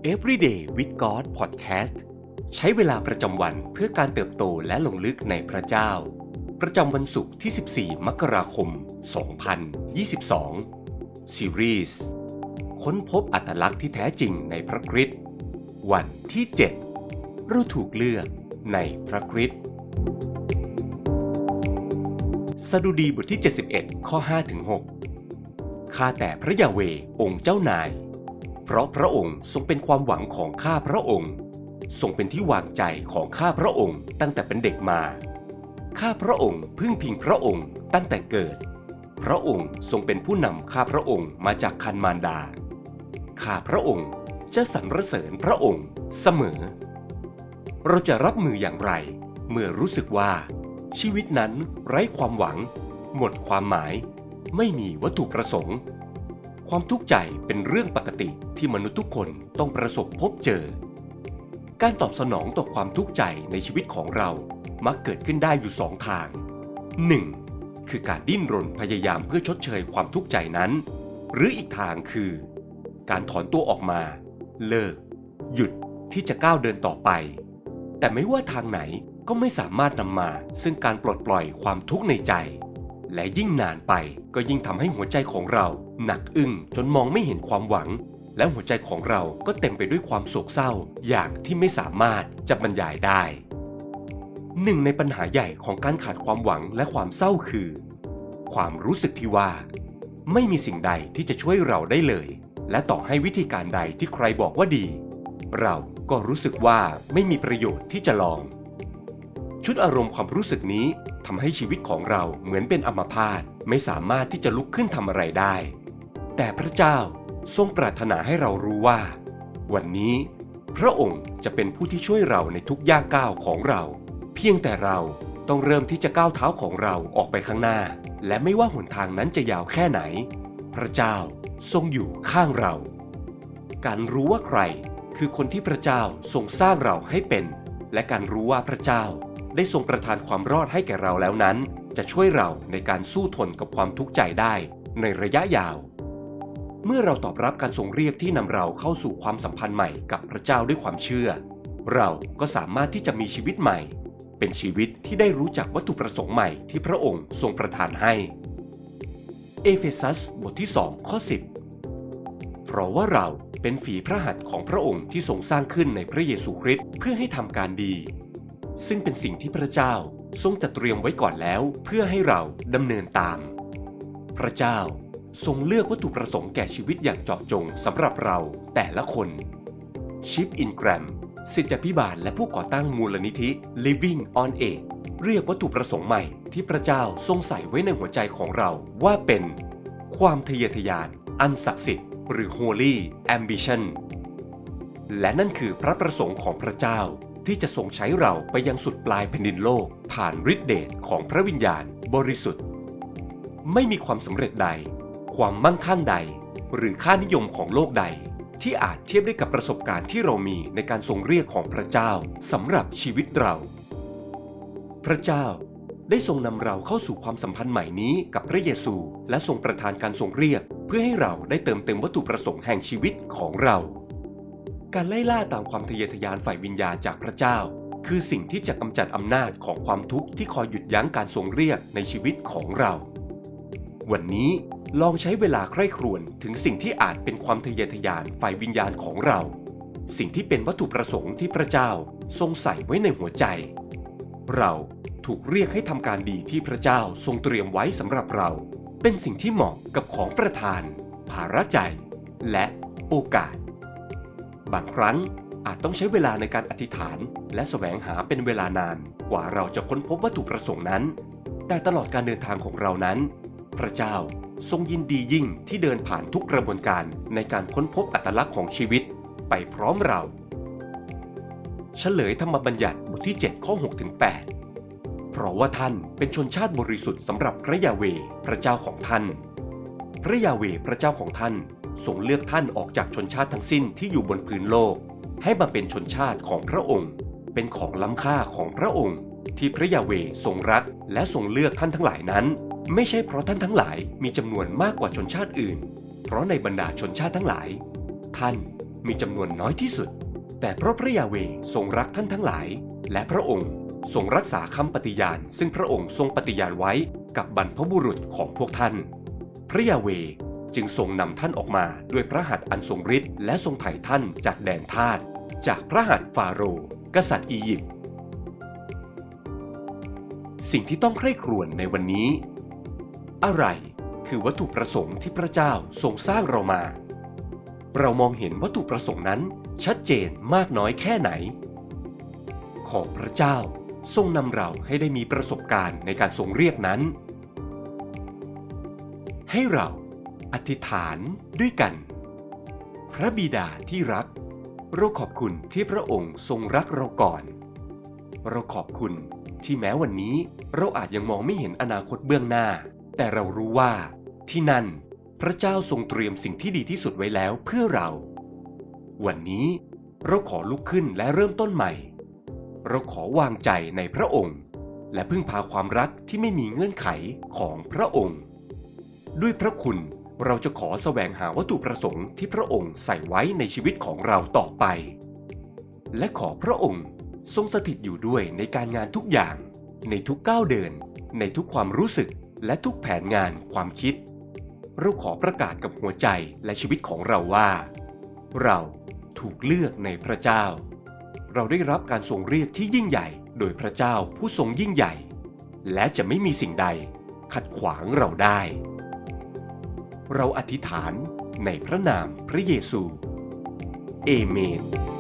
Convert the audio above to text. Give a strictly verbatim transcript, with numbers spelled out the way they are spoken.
Everyday with God Podcast ใช้เวลาประจำวันเพื่อการเติบโตและลงลึกในพระเจ้าประจำวันศุกร์ที่สิบสี่มกราคมสองพันยี่สิบสองซีรีส์ค้นพบอัตลักษณ์ที่แท้จริงในพระคริสต์วันที่เจ็ดเราถูกเลือกในพระคริสต์สดุดีบทที่เจ็ดสิบเอ็ดข้อ ห้าถึงหก ข้าแต่พระยาเวห์องค์เจ้านายเพราะพระองค์ทรงเป็นความหวังของข้าพระองค์ทรงเป็นที่วางใจของข้าพระองค์ตั้งแต่เป็นเด็กมาข้าพระองค์พึ่งพิงพระองค์ตั้งแต่เกิดพระองค์ทรงเป็นผู้นำข้าพระองค์มาจากครรภ์มารดาข้าพระองค์จะสรรเสริญพระองค์เสมอเราจะรับมืออย่างไรเมื่อรู้สึกว่าชีวิตนั้นไร้ความหวังหมดความหมายไม่มีวัตถุประสงค์ความทุกข์ใจเป็นเรื่องปกติที่มนุษย์ทุกคนต้องประสบพบเจอการตอบสนองต่อความทุกข์ใจในชีวิตของเรามักเกิดขึ้นได้อยู่สองทาง หนึ่ง คือการดิ้นรนพยายามเพื่อชดเชยความทุกข์ใจนั้นหรืออีกทางคือการถอนตัวออกมาเลิกหยุดที่จะก้าวเดินต่อไปแต่ไม่ว่าทางไหนก็ไม่สามารถนำมาซึ่งการปลดปล่อยความทุกข์ในใจและยิ่งนานไปก็ยิ่งทำให้หัวใจของเราหนักอึ้งจนมองไม่เห็นความหวังและหัวใจของเราก็เต็มไปด้วยความโศกเศร้าอย่างที่ไม่สามารถจะบรรยายได้หนึ่งในปัญหาใหญ่ของการขาดความหวังและความเศร้าคือความรู้สึกที่ว่าไม่มีสิ่งใดที่จะช่วยเราได้เลยและต่อให้วิธีการใดที่ใครบอกว่าดีเราก็รู้สึกว่าไม่มีประโยชน์ที่จะลองชุดอารมณ์ความรู้สึกนี้ทำให้ชีวิตของเราเหมือนเป็นอัมพาตไม่สามารถที่จะลุกขึ้นทำอะไรได้แต่พระเจ้าทรงปรารถนาให้เรารู้ว่าวันนี้พระองค์จะเป็นผู้ที่ช่วยเราในทุกย่างก้าวของเราเพียงแต่เราต้องเริ่มที่จะก้าวเท้าของเราออกไปข้างหน้าและไม่ว่าหนทางนั้นจะยาวแค่ไหนพระเจ้าทรงอยู่ข้างเราการรู้ว่าใครคือคนที่พระเจ้าทรงสร้างเราให้เป็นและการรู้ว่าพระเจ้าได้ทรงประทานความรอดให้แก่เราแล้วนั้นจะช่วยเราในการสู้ทนกับความทุกข์ใจได้ในระยะยาวเมื่อเราตอบรับการทรงเรียกที่นำเราเข้าสู่ความสัมพันธ์ใหม่กับพระเจ้าด้วยความเชื่อเราก็สามารถที่จะมีชีวิตใหม่เป็นชีวิตที่ได้รู้จักวัตถุประสงค์ใหม่ที่พระองค์ทรงประทานให้เอเฟซัสบทที่สองข้อสิบเพราะว่าเราเป็นฝีพระหัตถ์ของพระองค์ที่ทรงสร้างขึ้นในพระเยซูคริสต์เพื่อให้ทำการดีซึ่งเป็นสิ่งที่พระเจ้าทรงจัดเตรียมไว้ก่อนแล้วเพื่อให้เราดำเนินตามพระเจ้าทรงเลือกวัตถุประสงค์แก่ชีวิตอย่างเจาะจงสำหรับเราแต่ละคนชิปอินแกรมศิษยาภิบาลและผู้ก่อตั้งมูลนิธิ Living on Aid เรียกวัตถุประสงค์ใหม่ที่พระเจ้าทรงใส่ไว้ในหัวใจของเราว่าเป็นความทะเยอทะยานอันศักดิ์สิทธิ์หรือ Holy Ambition และนั่นคือพระประสงค์ของพระเจ้าที่จะทรงใช้เราไปยังสุดปลายแผ่นดินโลกผ่านฤทธิเดชของพระวิญญาณบริสุทธิ์ไม่มีความสำเร็จใดความมั่งคั่งใดหรือค่านิยมของโลกใดที่อาจเทียบได้กับประสบการณ์ที่เรามีในการทรงเรียกของพระเจ้าสำหรับชีวิตเราพระเจ้าได้ทรงนำเราเข้าสู่ความสัมพันธ์ใหม่นี้กับพระเยซูและทรงประทานการทรงเรียกเพื่อให้เราได้เติมเต็มวัตถุประสงค์แห่งชีวิตของเราการไล่ล่าตามความทะเยอทะยานฝ่ายวิญญาณจากพระเจ้าคือสิ่งที่จะกำจัดอำนาจของความทุกข์ที่คอยหยุดยั้งการทรงเรียกในชีวิตของเราวันนี้ลองใช้เวลาใคร่ครวญถึงสิ่งที่อาจเป็นความทะเยอทะยานฝ่ายวิญญาณของเราสิ่งที่เป็นวัตถุประสงค์ที่พระเจ้าทรงใส่ไว้ในหัวใจเราถูกเรียกให้ทำการดีที่พระเจ้าทรงเตรียมไว้สำหรับเราเป็นสิ่งที่เหมาะกับของประทานภาระใจและโอกาสบางครั้งอาจต้องใช้เวลาในการอธิษฐานและแสวงหาเป็นเวลานานกว่าเราจะค้นพบวัตถุประสงค์นั้นแต่ตลอดการเดินทางของเรานั้นพระเจ้าทรงยินดียิ่งที่เดินผ่านทุกกระบวนการในการค้นพบอัตลักษณ์ของชีวิตไปพร้อมเราเฉลยธรรมบัญญัติบทที่เจ็ดข้อหกถึงแปดเพราะว่าท่านเป็นชนชาติบริสุทธิ์สำหรับพระยาเวห์พระเจ้าของท่านพระยาเวห์พระเจ้าของท่านทรงเลือกท่านออกจากชนชาติทั้งสิ้นที่อยู่บนพื้นโลกให้มาเป็นชนชาติของพระองค์เป็นของล้ำค่าของพระองค์ที่พระยาเวห์ทรงรักและทรงเลือกท่านทั้งหลายนั้นไม่ใช่เพราะท่านทั้งหลายมีจำนวนมากกว่าชนชาติอื่นเพราะในบรรดาชนชาติทั้งหลายท่านมีจำนวนน้อยที่สุดแต่เพราะพระยาเวห์ทรงรักท่านทั้งหลายและพระองค์ทรงรักษาคำปฏิญาณซึ่งพระองค์ทรงปฏิญาณไว้กับบรรพบุรุษของพวกท่านพระยาเวห์จึงทรงนำท่านออกมาด้วยพระหัตถ์อันทรงฤทธิ์และทรงไถ่ท่านจากแดนทาสจากพระหัตถ์ฟาโรห์กษัตริย์อียิปต์สิ่งที่ต้องใคร่ครวญในวันนี้อะไรคือวัตถุประสงค์ที่พระเจ้าทรงสร้างเรามาเรามองเห็นวัตถุประสงค์นั้นชัดเจนมากน้อยแค่ไหนขอพระเจ้าทรงนำเราให้ได้มีประสบการณ์ในการทรงเรียกนั้นให้เราอธิษฐานด้วยกันพระบิดาที่รักเราขอบคุณที่พระองค์ทรงรักเราก่อนเราขอบคุณที่แม้วันนี้เราอาจยังมองไม่เห็นอนาคตเบื้องหน้าแต่เรารู้ว่าที่นั่นพระเจ้าทรงเตรียมสิ่งที่ดีที่สุดไว้แล้วเพื่อเราวันนี้เราขอลุกขึ้นและเริ่มต้นใหม่เราขอวางใจในพระองค์และพึ่งพาความรักที่ไม่มีเงื่อนไขของพระองค์ด้วยพระคุณเราจะขอแสวงหาวัตถุประสงค์ที่พระองค์ใส่ไว้ในชีวิตของเราต่อไปและขอพระองค์ทรงสถิตอยู่ด้วยในการงานทุกอย่างในทุกก้าวเดินในทุกความรู้สึกและทุกแผนงานความคิดเราขอประกาศกับหัวใจและชีวิตของเราว่าเราถูกเลือกในพระเจ้าเราได้รับการทรงเรียกที่ยิ่งใหญ่โดยพระเจ้าผู้ทรงยิ่งใหญ่และจะไม่มีสิ่งใดขัดขวางเราได้เราอธิษฐานในพระนามพระเยซูเอเมน